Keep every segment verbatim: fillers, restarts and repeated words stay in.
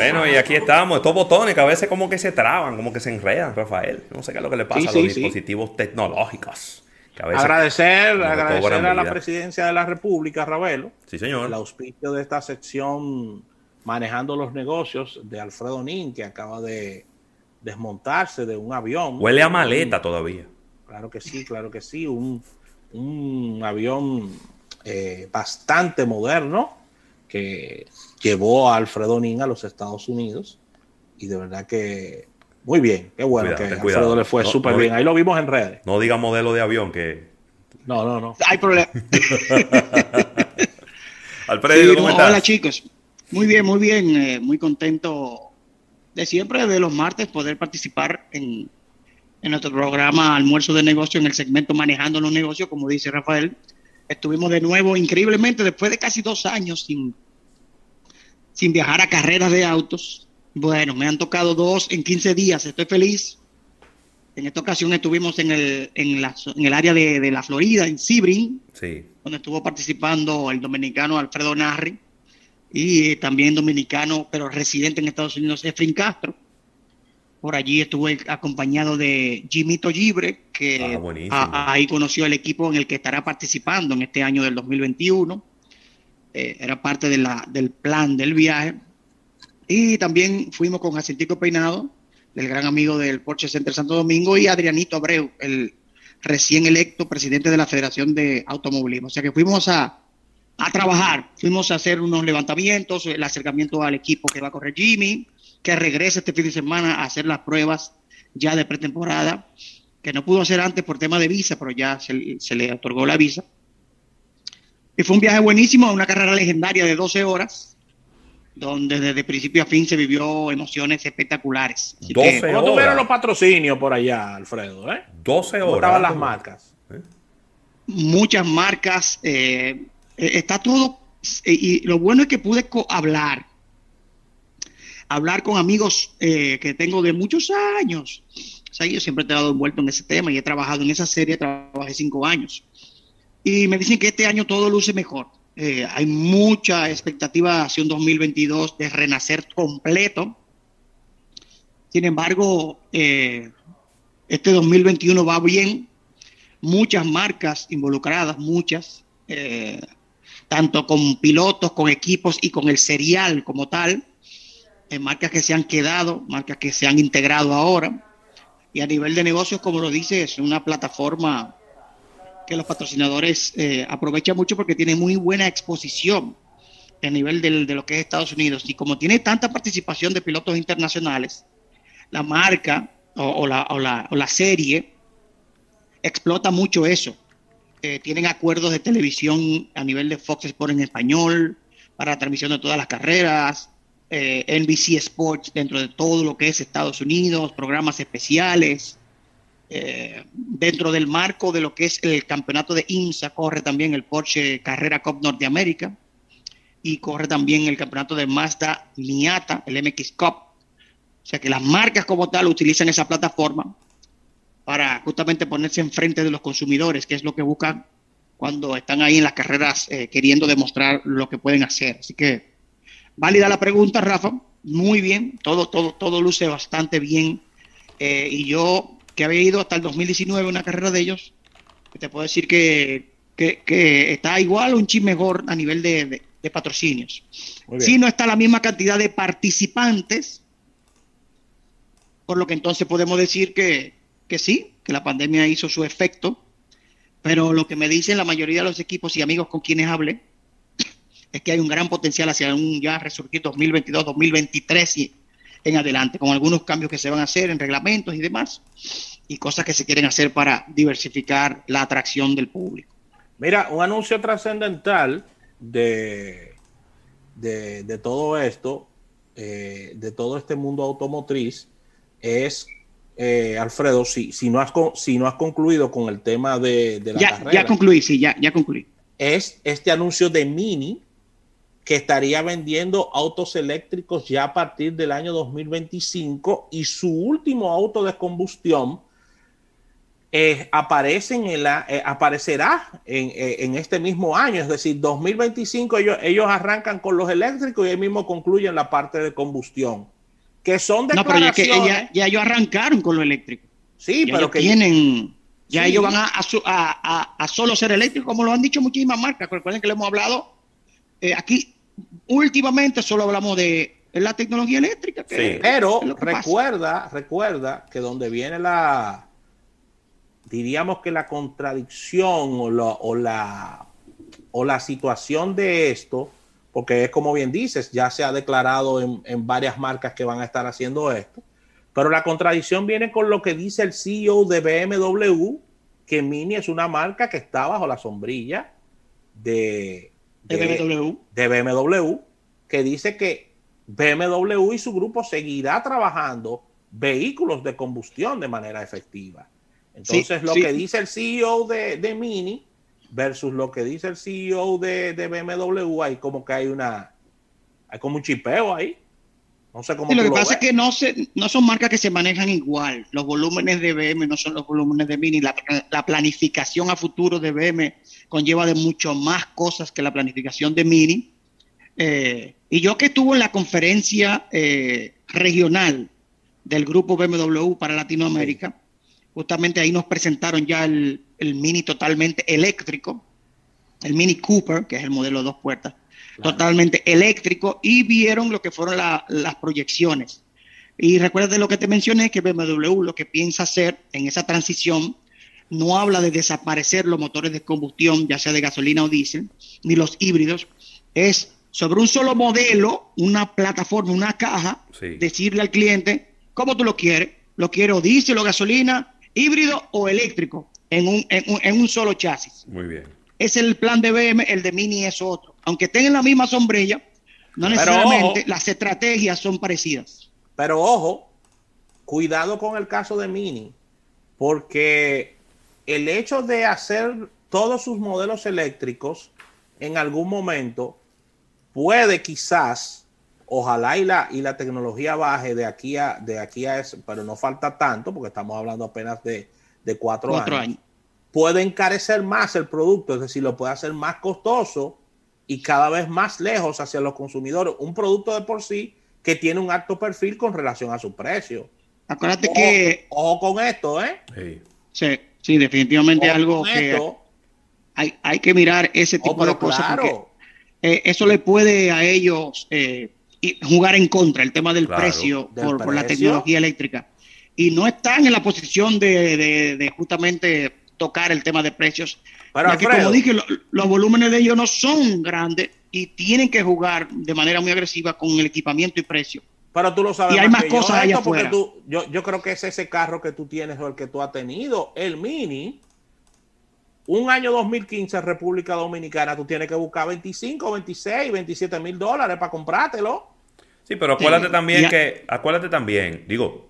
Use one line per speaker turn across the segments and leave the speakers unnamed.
Bueno, y aquí estamos, estos botones que a veces como que se traban, como que se enredan, Rafael. No sé qué es lo que le pasa
Sí,
a los
sí, sí.
dispositivos tecnológicos. Que a veces
Agradecer,
nos
agradecer
cobran
a la
vida.
presidencia de la República, Ravelo,
Sí,
el
señor.
auspicio de esta sección manejando los negocios de Alfredo Nin, que acaba de desmontarse de un avión.
Huele a
Un,
maleta todavía.
claro que sí, claro que sí, un, un avión eh, bastante moderno que llevó a Alfredo Nin a los Estados Unidos. Y de verdad que muy bien, qué bueno
Cuidado,
que
ten
Alfredo le
cuidado.
fue
No,
súper
no, di-
bien. Ahí lo vimos en redes.
no diga modelo de avión que...
No, no, no.
Hay problema.
Alfredo,
Sí,
¿cómo
no, hola
estás?
chicos. Muy bien, muy bien. Eh, muy contento de siempre, de los martes, poder participar en, en nuestro programa Almuerzo de Negocio en el segmento Manejando los Negocios, como dice Rafael. Estuvimos de nuevo, increíblemente, después de casi dos años sin, sin viajar a carreras de autos. Bueno, me han tocado dos en quince días. Estoy feliz. En esta ocasión estuvimos en el, en la, en el área de, de la Florida, en Sebring,
Sí.
donde estuvo participando el dominicano Alfredo Narri y eh, también dominicano, pero residente en Estados Unidos, Efrin Castro. Por allí estuve acompañado de Jimito Gibre,
Ah,
que
buenísimo.
a, ahí conoció el equipo en el que estará participando en este año del dos mil veintiuno. Eh, era parte de la, del plan del viaje. Y también fuimos con Jacintico Peinado, del gran amigo del Porsche Center Santo Domingo, y Adrianito Abreu, el recién electo presidente de la Federación de Automovilismo. O sea que fuimos a, a trabajar, fuimos a hacer unos levantamientos, el acercamiento al equipo que va a correr Jimmy, que regresa este fin de semana a hacer las pruebas ya de pretemporada, que no pudo hacer antes por tema de visa, pero ya se, se le otorgó la visa. Y fue un viaje buenísimo, una carrera legendaria de doce horas, donde desde principio a fin se vivió emociones espectaculares. Así que
doce
¿Cómo tuvieron los
horas.
patrocinios por allá, Alfredo? ¿eh?
doce
¿Cómo
horas.
estaban las
¿Verdad?
marcas?
¿Eh?
muchas marcas, eh, eh, está todo, eh, y lo bueno es que pude hablar, hablar con amigos eh, que tengo de muchos años. O sea, yo siempre he estado envuelto en ese tema y he trabajado en esa serie, trabajé cinco años. Y me dicen que este año todo luce mejor. Eh, hay mucha expectativa hacia un dos mil veintidós de renacer completo. Sin embargo, eh, este dos mil veintiuno va bien. Muchas marcas involucradas, muchas, eh, tanto con pilotos, con equipos y con el serial como tal. Eh, marcas que se han quedado, marcas que se han integrado ahora. Y a nivel de negocios, como lo dice, es una plataforma que los patrocinadores eh, aprovechan mucho porque tiene muy buena exposición a nivel del, de lo que es Estados Unidos. Y como tiene tanta participación de pilotos internacionales, la marca o, o, la, o, la, o la serie explota mucho eso. Eh, tienen acuerdos de televisión a nivel de Fox Sports en español para la transmisión de todas las carreras, eh, N B C Sports dentro de todo lo que es Estados Unidos, programas especiales. Eh, dentro del marco de lo que es el campeonato de IMSA corre también el Porsche Carrera Cup Norteamérica y corre también el campeonato de Mazda Miata, el M X Cup. O sea que las marcas como tal utilizan esa plataforma para justamente ponerse enfrente de los consumidores, que es lo que buscan cuando están ahí en las carreras eh, queriendo demostrar lo que pueden hacer. Así que válida la pregunta, Rafa. Muy bien, todo, todo, todo luce bastante bien. Eh, y yo, que había ido hasta el dos mil diecinueve una carrera de ellos, te puedo decir que, que, que está igual o un chin mejor a nivel de, de, de patrocinios.
Muy
Sí,
bien.
no está la misma cantidad de participantes, por lo que entonces podemos decir que, que sí, que la pandemia hizo su efecto, pero lo que me dicen la mayoría de los equipos y amigos con quienes hablé es que hay un gran potencial hacia un ya resurgir dos mil veintidós, dos mil veintitrés y en adelante, con algunos cambios que se van a hacer en reglamentos y demás, y cosas que se quieren hacer para diversificar la atracción del público.
Mira, un anuncio trascendental de, de, de todo esto, eh, de todo este mundo automotriz, es, eh, Alfredo, si, si, no has, si no has concluido con el tema de, de la
ya,
carrera.
Ya concluí, sí, ya, ya concluí.
Es este anuncio de Mini, que estaría vendiendo autos eléctricos ya a partir del año dos mil veinticinco y su último auto de combustión eh, aparecen en la, eh, aparecerá en, eh, en este mismo año, es decir, dos mil veinticinco ellos, ellos arrancan con los eléctricos y ahí mismo concluyen la parte de combustión, que son
No, pero ya que
declaraciones.
ella, ya ellos arrancaron con lo eléctrico.
Sí,
Ya
pero
ellos
que
tienen, ya
Sí.
ellos van a, a, su- a- a- a solo ser eléctricos, como lo han dicho muchísimas marcas. Recuerden que le hemos hablado eh, aquí últimamente, solo hablamos de la tecnología eléctrica. Que
Sí.
es
Pero
lo que pasa.
recuerda, recuerda que donde viene la, diríamos que la contradicción o la, o la, o la situación de esto, porque es como bien dices, ya se ha declarado en, en varias marcas que van a estar haciendo esto, pero la contradicción viene con lo que dice el C E O de B M W, que Mini es una marca que está bajo la sombrilla de,
De B M W.
de B M W, que dice que B M W y su grupo seguirá trabajando vehículos de combustión de manera efectiva. Entonces,
Sí,
lo
sí.
que dice el C E O de, de Mini versus lo que dice el C E O de, de B M W, hay como que hay una, hay como un chipeo ahí. No sé cómo
Sí, lo
tú
que
lo
pasa
ves.
es que no, se, no son marcas que se manejan igual. Los volúmenes de B M no son los volúmenes de Mini. La, la planificación a futuro de B M conlleva de mucho más cosas que la planificación de Mini. Eh, y yo que estuve en la conferencia eh, regional del grupo B M W para Latinoamérica, sí. Justamente ahí nos presentaron ya el, el Mini totalmente eléctrico, el Mini Cooper, que es el modelo de dos puertas, claro. Totalmente eléctrico, y vieron lo que fueron la, las proyecciones. Y recuerda lo que te mencioné, que B M W lo que piensa hacer en esa transición no habla de desaparecer los motores de combustión, ya sea de gasolina o diésel, ni los híbridos, es sobre un solo modelo, una plataforma, una caja, sí. Decirle al cliente cómo tú lo quieres, lo quiero diésel o gasolina, híbrido o eléctrico, en un, en un, en un solo chasis.
Muy bien.
Es el plan de B M, el de Mini es otro. Aunque estén en la misma sombrilla, no necesariamente ojo, las estrategias son parecidas.
Pero ojo, cuidado con el caso de Mini, porque el hecho de hacer todos sus modelos eléctricos en algún momento puede quizás, ojalá y la, y la tecnología baje de aquí a, de aquí a eso, pero no falta tanto porque estamos hablando apenas de, de cuatro, cuatro años. años. Puede encarecer más el producto, es decir, lo puede hacer más costoso y cada vez más lejos hacia los consumidores. Un producto de por sí que tiene un alto perfil con relación a su precio.
Acuérdate
ojo,
que...
Ojo con esto, ¿eh?
Sí, sí, sí definitivamente ojo algo que esto. hay, hay que mirar ese tipo oh, de cosas.
Claro.
Porque, eh, eso le puede a ellos eh, jugar en contra, el tema del claro, precio
del
por,
precio
por la tecnología eléctrica. Y no están en la posición de, de, de justamente tocar el tema de precios.
Pero
ya que, como dije, lo, los volúmenes de ellos no son grandes y tienen que jugar de manera muy agresiva con el equipamiento y precio.
Pero tú lo sabes.
Y hay más cosas allá afuera.
Tú, yo, yo creo que es ese carro que tú tienes o el que tú has tenido. El Mini, un año dos mil quince, República Dominicana, tú tienes que buscar veinticinco, veintiséis, veintisiete mil dólares para comprártelo.
Sí, pero acuérdate sí, también ya. que, acuérdate también, digo,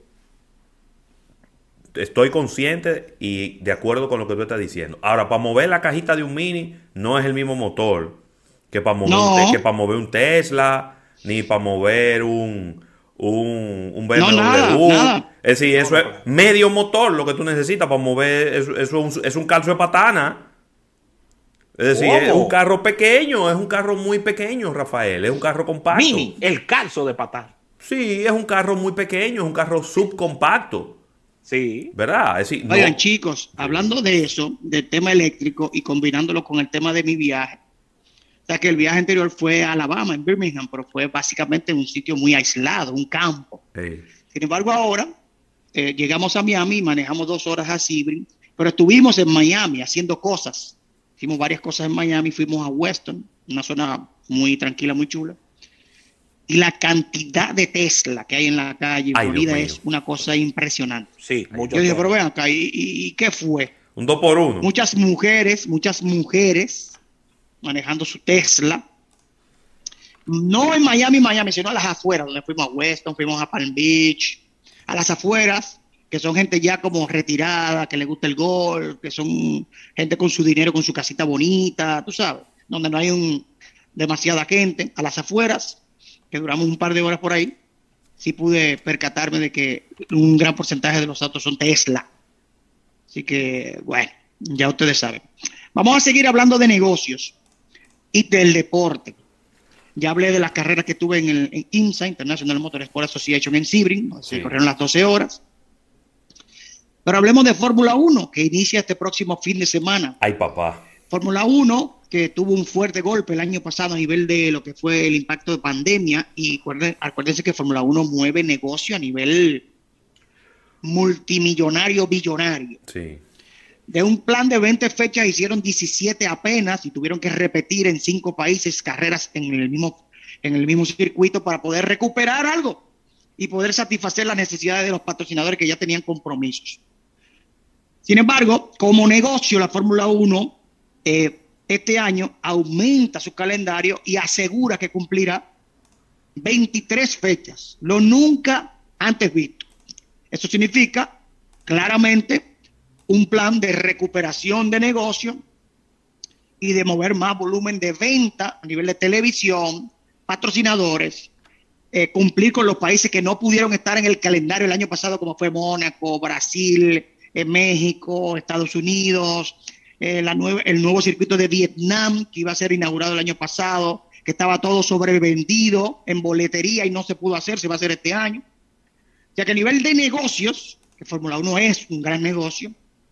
estoy consciente y de acuerdo con lo que tú estás diciendo. Ahora, para mover la cajita de un Mini no es el mismo motor que para mover,
no.
un, que para mover un Tesla, ni para mover un, un, un B M W.
No, nada, nada.
Es decir, eso es medio motor lo que tú necesitas para mover. Eso, eso es, un, es un calzo de patana. Es decir, oh. es un carro pequeño, es un carro muy pequeño, Rafael. Es un carro compacto.
Mini, el calzo de patana.
Sí, es un carro muy pequeño, es un carro subcompacto.
Sí.
¿Verdad? Es decir,
Oigan,
no.
chicos, hablando de eso, del tema eléctrico y combinándolo con el tema de mi viaje, o sea que el viaje anterior fue a Alabama, en Birmingham, pero fue básicamente en un sitio muy aislado, un campo.
Sí.
Sin embargo, ahora eh, llegamos a Miami y manejamos dos horas a Sebring, pero estuvimos en Miami haciendo cosas. Hicimos varias cosas en Miami, fuimos a Weston, una zona muy tranquila, muy chula. Y la cantidad de Tesla que hay en la calle en Florida es una cosa impresionante.
Sí, mucho.
Yo dije, pero vean acá, ¿y, y, y qué fue?
Un dos por uno.
Muchas mujeres, muchas mujeres manejando su Tesla. No en Miami, Miami, sino a las afueras, donde fuimos a Weston, fuimos a Palm Beach, a las afueras, que son gente ya como retirada, que le gusta el golf, que son gente con su dinero, con su casita bonita, tú sabes, donde no hay un, demasiada gente, a las afueras, que duramos un par de horas por ahí, sí pude percatarme de que un gran porcentaje de los autos son Tesla. Así que, bueno, ya ustedes saben. Vamos a seguir hablando de negocios y del deporte. Ya hablé de las carreras que tuve en el en IMSA, International Motorsport Association en Sebring, donde sí. se corrieron las doce horas. Pero hablemos de Fórmula uno, que inicia este próximo fin de semana.
Ay, papá.
Fórmula uno, que tuvo un fuerte golpe el año pasado a nivel de lo que fue el impacto de pandemia. Y acuérdense que Fórmula uno mueve negocio a nivel multimillonario, billonario.
Sí.
De un plan de veinte fechas hicieron diecisiete apenas y tuvieron que repetir en cinco países carreras en el mismo, en el mismo circuito para poder recuperar algo y poder satisfacer las necesidades de los patrocinadores que ya tenían compromisos. Sin embargo, como negocio, la Fórmula uno eh, este año aumenta su calendario y asegura que cumplirá veintitrés fechas, lo nunca antes visto. Eso significa claramente un plan de recuperación de negocio y de mover más volumen de venta a nivel de televisión, patrocinadores, eh, cumplir con los países que no pudieron estar en el calendario el año pasado, como fue Mónaco, Brasil, eh, México, Estados Unidos, eh, la nueva, el nuevo circuito de Vietnam, que iba a ser inaugurado el año pasado, que estaba todo sobrevendido en boletería y no se pudo hacer, se va a hacer este año. O sea que a nivel de negocios, que Fórmula uno es un gran negocio,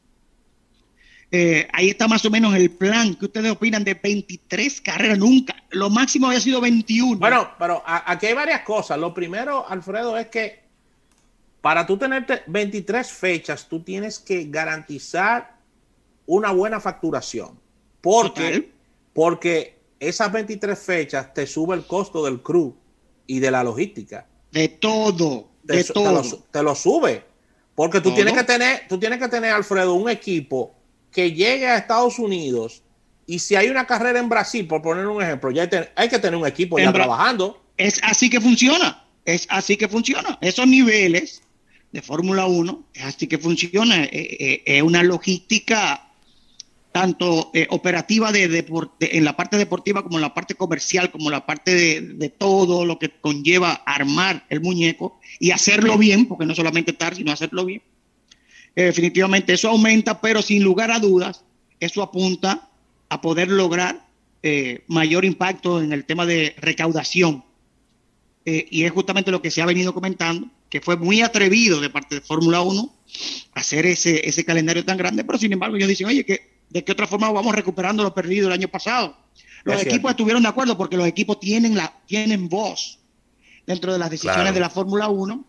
Eh, ahí está más o menos el plan. ¿Qué ustedes opinan de veintitrés carreras? Nunca. Lo máximo había sido veintiuno.
Bueno, pero a, aquí hay varias cosas. Lo primero, Alfredo, es que para tú tener veintitrés fechas, tú tienes que garantizar una buena facturación. Porque, porque esas veintitrés fechas te sube el costo del crew y de la logística.
De todo.
Te,
de
te
todo.
Lo, te lo sube. Porque tú
¿Todo?
tienes que tener, tú tienes que tener, Alfredo, un equipo que llegue a Estados Unidos, y si hay una carrera en Brasil, por poner un ejemplo, ya hay, te, hay que tener un equipo ya trabajando.
Es así que funciona, es así que funciona. Esos niveles de Fórmula uno, es así que funciona. Es eh, eh, eh, una logística tanto eh, operativa de, de, de, en la parte deportiva como en la parte comercial, como la parte de, de todo lo que conlleva armar el muñeco y hacerlo bien, porque no solamente estar, sino hacerlo bien. Eh, definitivamente eso aumenta, pero sin lugar a dudas, eso apunta a poder lograr eh, mayor impacto en el tema de recaudación. Eh, y es justamente lo que se ha venido comentando, que fue muy atrevido de parte de Fórmula uno hacer ese, ese calendario tan grande, pero sin embargo ellos dicen, oye, que ¿de qué otra forma vamos recuperando lo perdido el año pasado? Los es equipos cierto. Estuvieron de acuerdo porque los equipos tienen, la, tienen voz dentro de las decisiones claro. de la Fórmula uno.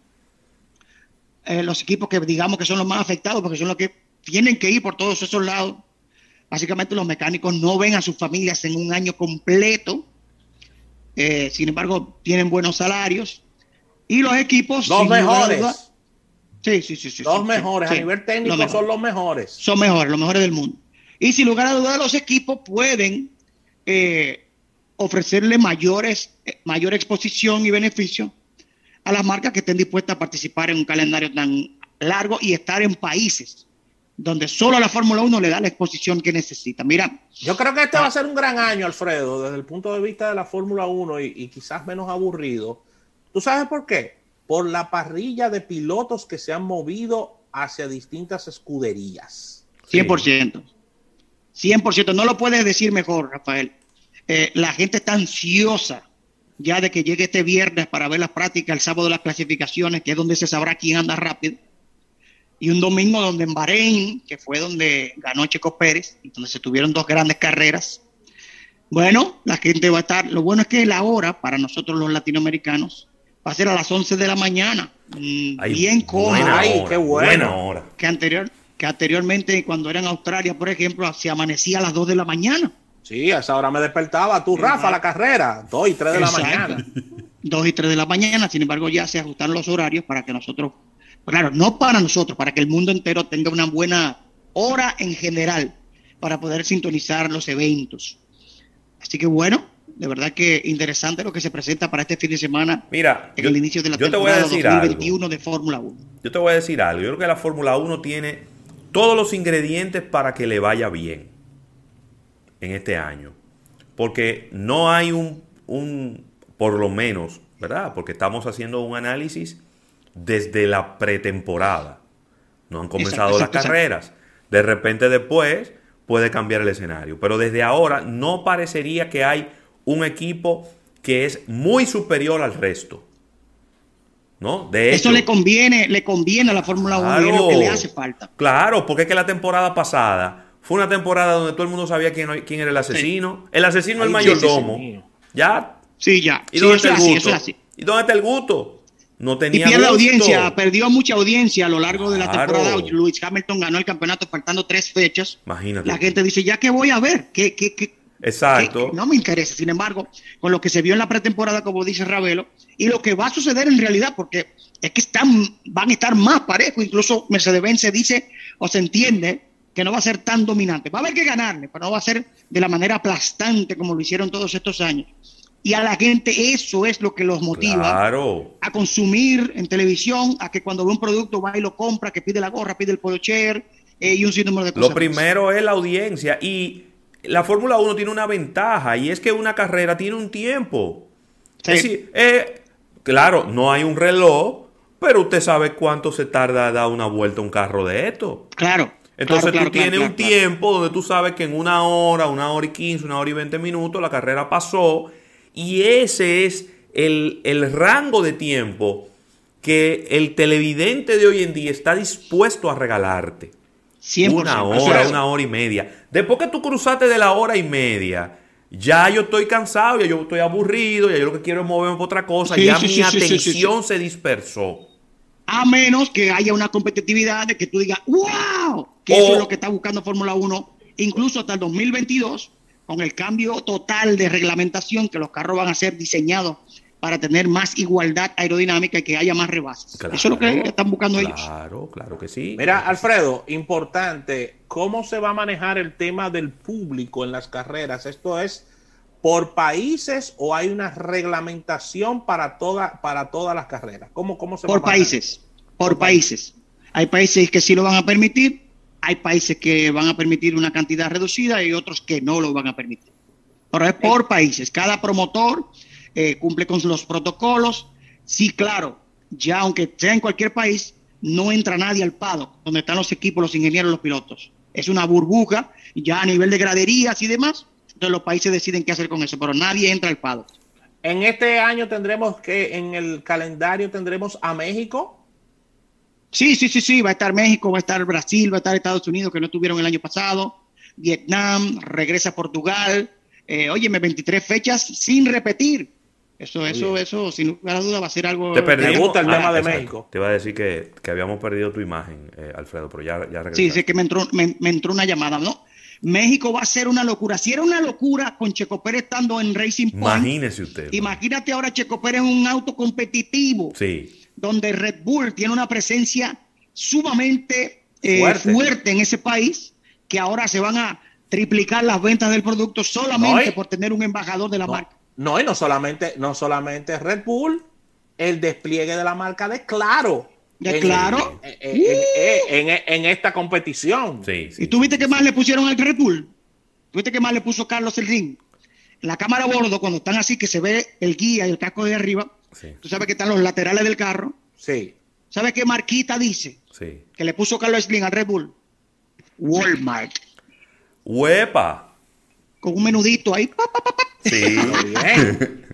Eh, los equipos que digamos que son los más afectados porque son los que tienen que ir por todos esos lados. Básicamente los mecánicos no ven a sus familias en un año completo, eh, sin embargo tienen buenos salarios y los equipos
los mejores duda,
sí, sí, sí, sí,
los
sí,
mejores
sí,
a nivel técnico
los
son los mejores
son mejores, los mejores del mundo y sin lugar a dudas los equipos pueden eh, ofrecerle mayores eh, mayor exposición y beneficio a las marcas que estén dispuestas a participar en un calendario tan largo y estar en países donde solo la Fórmula uno le da la exposición que necesita. Mira,
yo creo que este ah, va a ser un gran año, Alfredo, desde el punto de vista de la Fórmula uno y, y quizás menos aburrido. ¿Tú sabes por qué? Por la parrilla de pilotos que se han movido hacia distintas escuderías.
cien por ciento. cien por ciento. No lo puedes decir mejor, Rafael. Eh, la gente está ansiosa ya de que llegue este viernes para ver las prácticas, el sábado las clasificaciones, que es donde se sabrá quién anda rápido, y un domingo donde en Bahrein, que fue donde ganó Checo Pérez, y donde se tuvieron dos grandes carreras. Bueno, la gente va a estar, lo bueno es que la hora para nosotros los latinoamericanos va a ser a las once de la mañana, mmm, Ay, bien cómoda.
Ay, qué bueno. Buena
hora. Que, anterior, que anteriormente cuando era en Australia, por ejemplo, se amanecía a las dos de la mañana.
Sí, a esa hora me despertaba. Tú, Rafa, la carrera. Dos y tres de Exacto. la mañana.
Dos y tres de la mañana. Sin embargo, ya se ajustaron los horarios para que nosotros, claro, no para nosotros, para que el mundo entero tenga una buena hora en general para poder sintonizar los eventos. Así que bueno, de verdad que interesante lo que se presenta para este fin de semana.
Mira,
en
yo,
el inicio de la
yo
temporada
te voy a decir
dos mil veintiuno
algo.
de Fórmula uno.
Yo te voy a decir algo. Yo creo que la Fórmula uno tiene todos los ingredientes para que le vaya bien en este año. Porque no hay un, un, por lo menos, ¿verdad? Porque estamos haciendo un análisis desde la pretemporada. No han comenzado exacto, exacto, las carreras. Exacto. De repente después puede cambiar el escenario. Pero desde ahora no parecería que hay un equipo que es muy superior al resto. ¿No? De hecho,
eso le conviene, le conviene a la Fórmula uno y es lo que le hace falta.
Claro, porque es que la temporada pasada fue una temporada donde todo el mundo sabía quién, quién era el asesino. Sí. El asesino es el mayordomo. Sí, sí, sí. ¿Ya?
Sí, ya.
¿Y dónde
sí,
está el
así,
gusto?
eso es así.
¿Y dónde está el gusto? No tenía
y pierde
gusto.
audiencia, perdió mucha audiencia a lo largo de la
Claro.
temporada. Lewis Hamilton ganó el campeonato faltando tres fechas.
Imagínate.
La gente dice, ¿ya qué voy a ver? ¿Qué, qué, qué,
Exacto.
qué? No me interesa. Sin embargo, con lo que se vio en la pretemporada, como dice Ravelo, y lo que va a suceder en realidad, porque es que están, van a estar más parejos. Incluso Mercedes-Benz se dice o se entiende que no va a ser tan dominante. Va a haber que ganarle, pero no va a ser de la manera aplastante como lo hicieron todos estos años. Y a la gente eso es lo que los motiva
Claro.
a consumir en televisión, a que cuando ve un producto va y lo compra, que pide la gorra, pide el polo share eh, y un sinnúmero de cosas.
Lo primero más. Es la audiencia. Y la Fórmula uno tiene una ventaja, y es que una carrera tiene un tiempo. Sí. Es decir, eh, claro, no hay un reloj, pero usted sabe cuánto se tarda a dar una vuelta a un carro de esto.
Claro.
Entonces
claro,
tú
claro,
tienes
claro,
un
claro.
tiempo donde tú sabes que en una hora, una hora y quince, una hora y veinte minutos la carrera pasó, y ese es el, el rango de tiempo que el televidente de hoy en día está dispuesto a regalarte.
cien por ciento.
Una hora, una hora y media. Después que tú cruzaste de la hora y media, ya yo estoy cansado, ya yo estoy aburrido, ya yo lo que quiero es moverme por otra cosa,
Sí,
ya
sí,
mi
sí, sí,
atención
sí, sí, sí.
se dispersó.
A menos que haya una competitividad de que tú digas, ¡wow! Que
O-
eso es lo que está buscando Fórmula uno, incluso hasta el dos mil veintidós, con el cambio total de reglamentación, que los carros van a ser diseñados para tener más igualdad aerodinámica y que haya más rebases.
Claro,
Eso es lo que están buscando ellos.
Claro, claro que sí.
Mira, Alfredo, importante, ¿cómo se va a manejar el tema del público en las carreras? ¿Esto es por países o hay una reglamentación para, toda, para todas las carreras? ¿Cómo, cómo se va a
Por
manejar?
países, por países. Hay países que sí lo van a permitir, hay países que van a permitir una cantidad reducida y otros que no lo van a permitir. Pero es por países. Cada promotor eh, cumple con los protocolos. Sí, claro, ya aunque sea en cualquier país, no entra nadie al paddock, donde están los equipos, los ingenieros, los pilotos. Es una burbuja, ya a nivel de graderías y demás. Entonces los países deciden qué hacer con eso, pero nadie entra al paddock.
En este año tendremos que, en el calendario tendremos a México.
Sí, sí, sí, sí, va a estar México, va a estar Brasil, va a estar Estados Unidos, que no estuvieron el año pasado, Vietnam, regresa Portugal, eh, óyeme, veintitrés fechas sin repetir. Eso, eso, eso, sin lugar a duda va a ser algo...
Te perdimos.
Me gusta el
Ah,
tema de
exacto.
México.
Te iba a decir que, que habíamos perdido tu imagen, eh, Alfredo, pero ya, ya regresaste.
Sí, sé que me entró, me, me entró una llamada, ¿no? México va a ser una locura. Si era una locura con Checo Pérez estando en Racing Point,
Imagínese usted.
imagínate ahora Checo Pérez en un auto competitivo,
Sí.
donde Red Bull tiene una presencia sumamente eh,
Fuerte.
fuerte en ese país, que ahora se van a triplicar las ventas del producto solamente
No, y-
por tener un embajador de la
No,
marca.
no, y no solamente, no solamente Red Bull, el despliegue de la marca de Claro.
De
en-
Claro.
En, en- en- en- en esta competición.
Sí, sí.
¿Y tú viste
sí,
qué
sí.
más le pusieron al Red Bull? ¿Tú viste qué más le puso Carlos el ring? En la cámara a bordo, cuando están así, que se ve el guía y el casco de arriba,
Sí,
tú sabes que están los laterales del carro.
Sí.
¿Sabes qué marquita dice?
sí.
Que le puso Carlos Slim al Red Bull. Walmart.
¡Huepa!
Con un menudito ahí. pa, pa, pa, pa.
Sí.
Muy bien.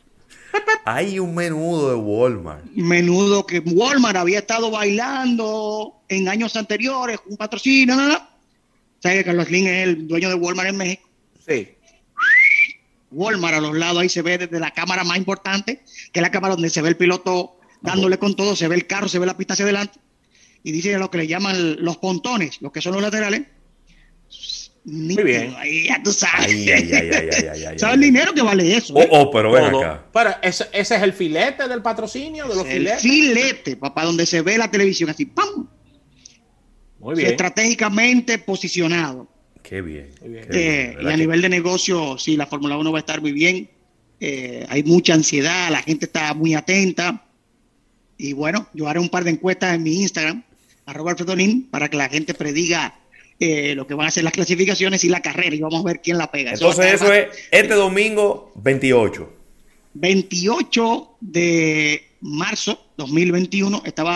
Hay un menudo de Walmart.
Menudo que Walmart había estado bailando en años anteriores, un patrocinio, no, no, no. ¿Sabes que Carlos Slim es el dueño de Walmart en México?
Sí.
Walmart a los lados ahí se ve desde la cámara más importante, que es la cámara donde se ve el piloto dándole con todo, se ve el carro, se ve la pista hacia adelante, y dice lo que le llaman los pontones, los que son los laterales. Muy
bien.
Ahí ya tú sabes.
Ay, ay, ay, ay, ay, ay, ay,
¿Sabes
ay.
el dinero que vale eso?
Oh,
eh?
oh, pero ven
Todo.
acá.
Pero ese, ese es el filete del patrocinio, de los
El
filetes.
filete, papá, donde se ve la televisión así, ¡pam!
Muy bien.
Estratégicamente posicionado.
Qué bien.
Muy bien.
qué bien,
Eh,
¿verdad
y a
que-
nivel de negocio, sí, la Fórmula uno va a estar muy bien. Eh, hay mucha ansiedad, la gente está muy atenta. Y bueno, yo haré un par de encuestas en mi Instagram, arroba Alfredo Nin, para que la gente prediga eh, lo que van a ser las clasificaciones y la carrera. Y vamos a ver quién la pega.
Entonces
va a
eso
estar-
es este domingo veintiocho.
veintiocho de marzo dos mil veintiuno estaba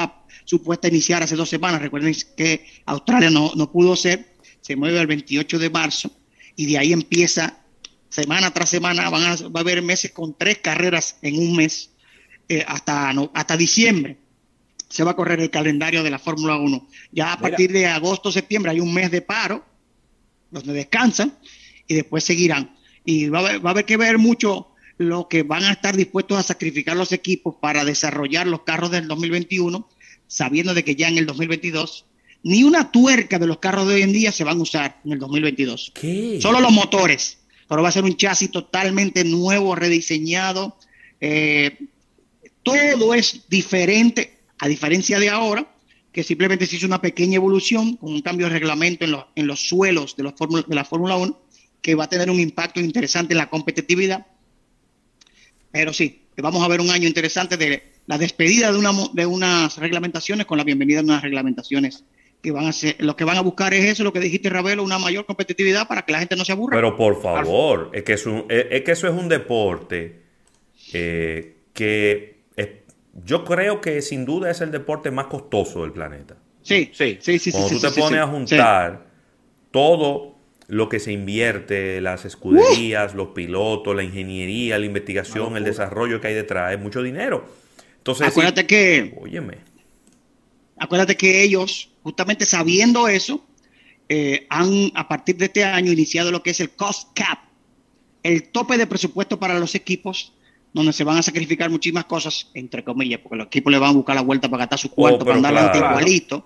supuesta a iniciar hace dos semanas. Recuerden que Australia no, no pudo ser, se mueve el veintiocho de marzo y de ahí empieza semana tras semana, van a, va a haber meses con tres carreras en un mes, eh, hasta, no, hasta diciembre. Se va a correr el calendario de la Fórmula uno. Ya a Mira. partir de agosto, septiembre hay un mes de paro, donde descansan, y después seguirán. Y va a haber, va a haber que ver mucho lo que van a estar dispuestos a sacrificar los equipos para desarrollar los carros del dos mil veintiuno, sabiendo de que ya en el dos mil veintidós ni una tuerca de los carros de hoy en día se van a usar en el dos mil veintidós.
¿Qué?
Solo los motores, pero va a ser un chasis totalmente nuevo, rediseñado. Eh, todo es diferente, a diferencia de ahora, que simplemente se hizo una pequeña evolución con un cambio de reglamento en los, en los suelos de, los fórmula, de la Fórmula uno, que va a tener un impacto interesante en la competitividad. Pero sí, vamos a ver un año interesante de la despedida de, una, de unas reglamentaciones con la bienvenida de unas reglamentaciones que van a ser, lo que van a buscar es eso, lo que dijiste, Ravelo, una mayor competitividad para que la gente no se aburra.
Pero por favor, es que, es un, es, es que eso es un deporte eh, que es, yo creo que sin duda es el deporte más costoso del planeta.
Sí, sí, sí, sí.
Cuando
sí,
tú
sí,
te
sí,
pones
sí,
a juntar sí. todo lo que se invierte, las escuderías, uh. los pilotos, la ingeniería, la investigación, no, el desarrollo que hay detrás, es mucho dinero. Entonces,
acuérdate sí, que,
óyeme.
acuérdate que ellos, justamente sabiendo eso, eh, han a partir de este año iniciado lo que es el cost cap, el tope de presupuesto para los equipos, donde se van a sacrificar muchísimas cosas, entre comillas, porque los equipos le van a buscar la vuelta para gastar sus cuartos, oh, para andar claro, igualito.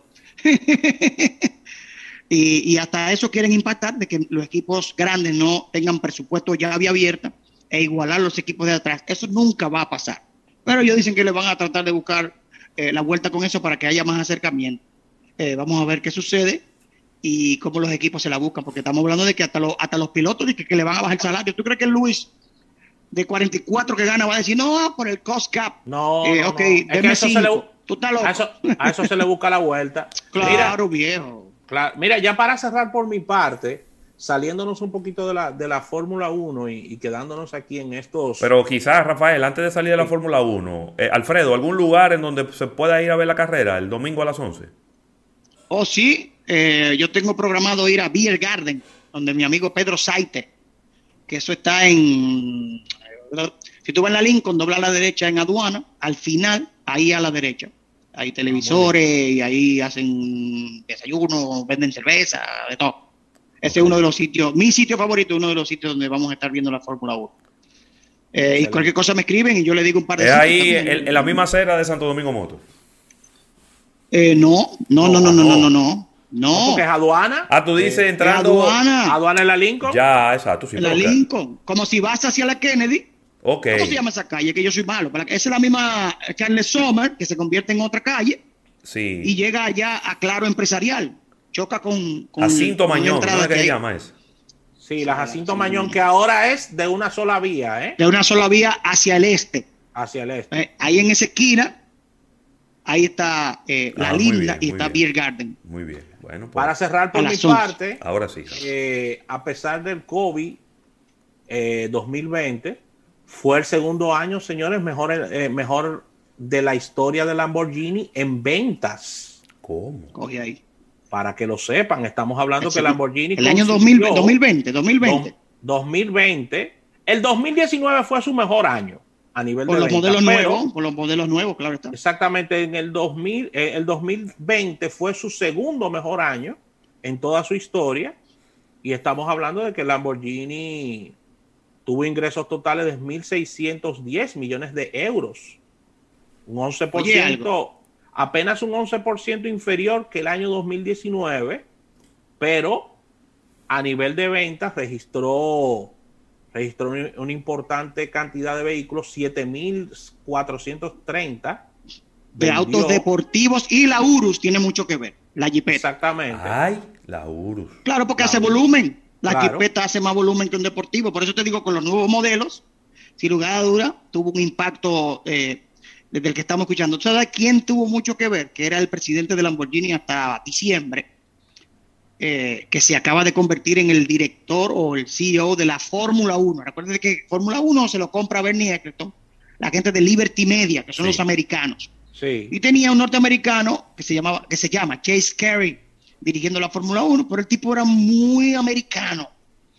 y, y hasta eso quieren impactar de que los equipos grandes no tengan presupuesto ya vía abierta e igualar los equipos de atrás. Eso nunca va a pasar. Pero ellos dicen que le van a tratar de buscar eh, la vuelta con eso para que haya más acercamiento. Eh, vamos a ver qué sucede y cómo los equipos se la buscan, porque estamos hablando de que hasta, lo, hasta los pilotos dicen que, que le van a bajar el salario. ¿Tú crees que Luis de cuarenta y cuatro que gana va a decir, no, por el cost cap?
No,
eh,
no,
okay,
no. Es que eso se le,
tú estás loco.
A, eso, a eso se le busca la vuelta.
Claro,
mira,
viejo.
Claro, mira, ya para cerrar por mi parte, saliéndonos un poquito de la, de la Fórmula uno y, y quedándonos aquí en estos...
Pero quizás, Rafael, antes de salir de la sí. Fórmula uno, eh, Alfredo, ¿algún lugar en donde se pueda ir a ver la carrera el domingo a las once?
Oh, sí, eh, yo tengo programado ir a Beer Garden, donde mi amigo Pedro Saite, que eso está en... Si tú vas en la Lincoln, dobla a la derecha en aduana, al final, ahí a la derecha. Hay televisores y ahí hacen desayuno, venden cerveza, de todo. Ese okay. es uno de los sitios, mi sitio favorito, uno de los sitios donde vamos a estar viendo la Fórmula uno. Eh, y cualquier cosa me escriben y yo le digo un par de
¿Es ahí en, en la misma acera de Santo Domingo Moto?
Eh, no, no, no, no, no, no, no, no. No,
porque es aduana.
Ah, tú dices eh, entrando.
Aduana.
Aduana en la Lincoln.
Ya, exacto. Sí,
en la Lincoln. Como si vas hacia la Kennedy.
Okay.
¿Cómo se llama esa calle? Que yo soy malo. Esa es la misma Charles Sommer, que se convierte en otra calle.
Sí.
Y llega allá a Claro Empresarial. Choca con. con
Jacinto Mañón,
¿no
es que se llama eso?
Sí, la Jacinto sí, Mañón, que ahora es de una sola vía, ¿eh?
De una sola vía hacia el este.
Hacia el este.
Eh, ahí en esa esquina, ahí está eh, La ah, Linda bien, y está bien. Beer Garden.
Muy bien. Bueno, pues,
para cerrar por mi parte,
ahora sí.
Eh, a pesar del COVID eh, dos mil veinte, fue el segundo año, señores, mejor, eh, mejor de la historia de Lamborghini en ventas.
¿Cómo?
Coge ahí.
Para que lo sepan, estamos hablando el que Lamborghini...
El año dos mil, dos mil veinte, dos mil veinte.
dos mil veinte. El dos mil diecinueve fue su mejor año a nivel
por
de
los
venta,
modelos
pero,
nuevos, por los modelos nuevos, claro está.
Exactamente, en el dos mil, eh, el dos mil veinte fue su segundo mejor año en toda su historia, y estamos hablando de que Lamborghini tuvo ingresos totales de mil seiscientos diez millones de euros, un once por ciento, apenas un once por ciento inferior que el año dos mil diecinueve, pero a nivel de ventas registró registró una importante cantidad de vehículos, siete mil cuatrocientos treinta.
De vendió. Autos deportivos, y la Urus tiene mucho que ver, la Jeepeta.
Exactamente.
Ay, la Urus.
Claro, porque
la
hace
Urus.
volumen. La
claro.
Jeepeta hace más volumen que un deportivo. Por eso te digo, con los nuevos modelos, sin lugar a duda, tuvo un impacto eh, desde el que estamos escuchando. ¿Sabes quién tuvo mucho que ver? Que era el presidente de Lamborghini hasta diciembre. Eh, que se acaba de convertir en el director o el C E O de la Fórmula uno. Recuerden que Fórmula uno se lo compra Bernie Eccleston, la gente de Liberty Media, que son sí. los americanos.
Sí.
Y tenía un norteamericano que se llamaba, que se llama Chase Carey dirigiendo la Fórmula uno, pero el tipo era muy americano.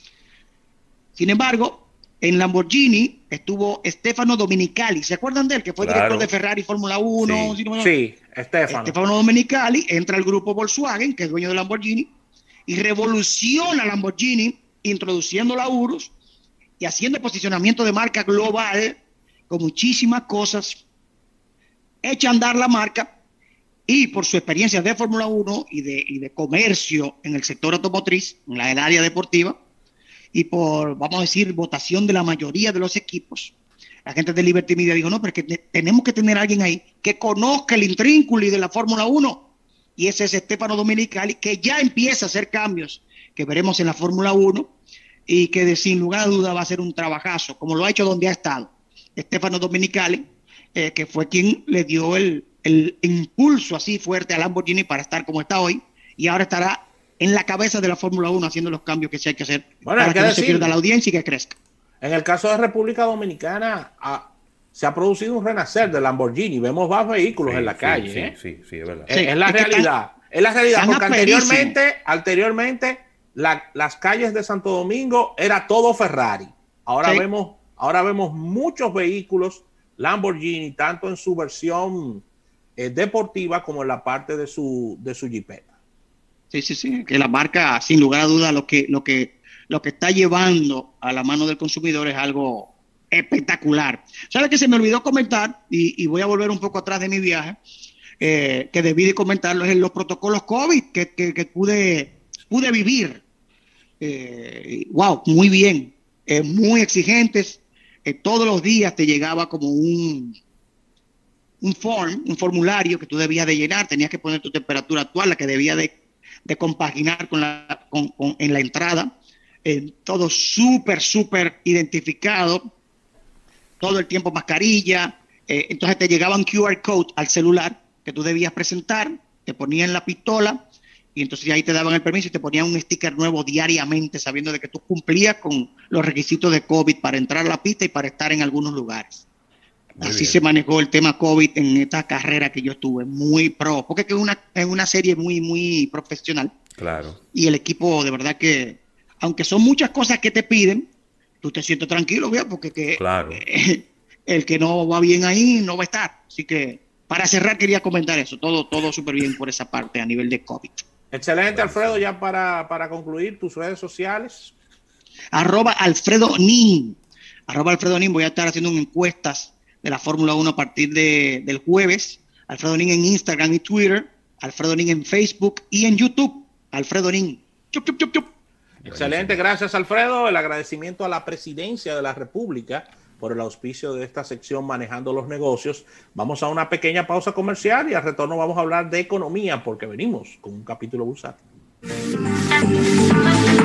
Sin embargo, en Lamborghini estuvo Stefano Domenicali. ¿Se acuerdan de él? Que fue
Claro.
director de Ferrari Fórmula uno.
Sí,
si no me-
Sí, Estefano.
Stefano Domenicali entra al grupo Volkswagen, que es dueño de Lamborghini, y revoluciona Lamborghini, introduciendo la Urus y haciendo posicionamiento de marca global con muchísimas cosas. Echa a andar la marca y por su experiencia de Fórmula uno y de, y de comercio en el sector automotriz, en la, en el área deportiva, y por, vamos a decir, votación de la mayoría de los equipos, la gente de Liberty Media dijo, no, pero es que te, tenemos que tener a alguien ahí que conozca el intrínculo de la Fórmula uno, y ese es Stefano Domenicali, que ya empieza a hacer cambios que veremos en la Fórmula uno, y que de, sin lugar a duda va a ser un trabajazo, como lo ha hecho donde ha estado Stefano Domenicali, eh, que fue quien le dio el, el impulso así fuerte a Lamborghini para estar como está hoy, y ahora estará en la cabeza de la Fórmula uno haciendo los cambios que se hay que hacer
Bueno,
para
hay
que,
que
no se
decir,
pierda la audiencia y que crezca.
en el caso de República Dominicana, ah, se ha producido un renacer de Lamborghini. Vemos más vehículos
Sí,
en la
sí,
calle.
sí,
¿eh?
sí, sí, es verdad.
Es,
Sí,
es la
es que
realidad. Es la realidad,
están
porque
aperísimos.
anteriormente, anteriormente la- las calles de Santo Domingo era todo Ferrari. Ahora
Sí.
vemos, ahora vemos muchos vehículos Lamborghini, tanto en su versión eh, deportiva como en la parte de su, de su jipeta.
Sí, sí, sí, que la marca, sin lugar a duda, lo que, lo que, lo que está llevando a la mano del consumidor es algo espectacular. ¿Sabes que se me olvidó comentar? Y, y voy a volver un poco atrás de mi viaje, eh, que debí de comentarlo, es los protocolos COVID que, que, que pude, pude vivir. Eh, wow, muy bien, eh, muy exigentes. Eh, todos los días te llegaba como un, un form, un formulario que tú debías de llenar, tenías que poner tu temperatura actual, la que debía de, de compaginar con la, con, con, en la entrada, eh, todo súper, súper identificado, todo el tiempo mascarilla, eh, entonces te llegaba un Q R code al celular que tú debías presentar, te ponían la pistola y entonces ahí te daban el permiso y te ponían un sticker nuevo diariamente sabiendo de que tú cumplías con los requisitos de COVID para entrar a la pista y para estar en algunos lugares.
Muy
Así
bien.
se manejó el tema COVID en esta carrera que yo estuve, muy pro, porque es una, es una serie muy, muy profesional
Claro.
y el equipo de verdad que, aunque son muchas cosas que te piden, tú te sientes tranquilo, ¿vea? Porque que,
Claro.
eh, el que no va bien ahí no va a estar. Así que para cerrar quería comentar eso, todo, todo súper bien por esa parte a nivel de COVID.
Excelente, Alfredo, ya para, para concluir, tus redes sociales.
Arroba Alfredo Nin, arroba Alfredo Nin, voy a estar haciendo encuestas de la Fórmula uno a partir de, del jueves. Alfredo Nin en Instagram y Twitter, Alfredo Nin en Facebook y en YouTube, Alfredo Nin. Chup, chup, chup, chup.
Excelente, gracias, Alfredo. El agradecimiento a la Presidencia de la República por el auspicio de esta sección Manejando los Negocios. Vamos a una pequeña pausa comercial y al retorno vamos a hablar de economía porque venimos con un capítulo bursátil.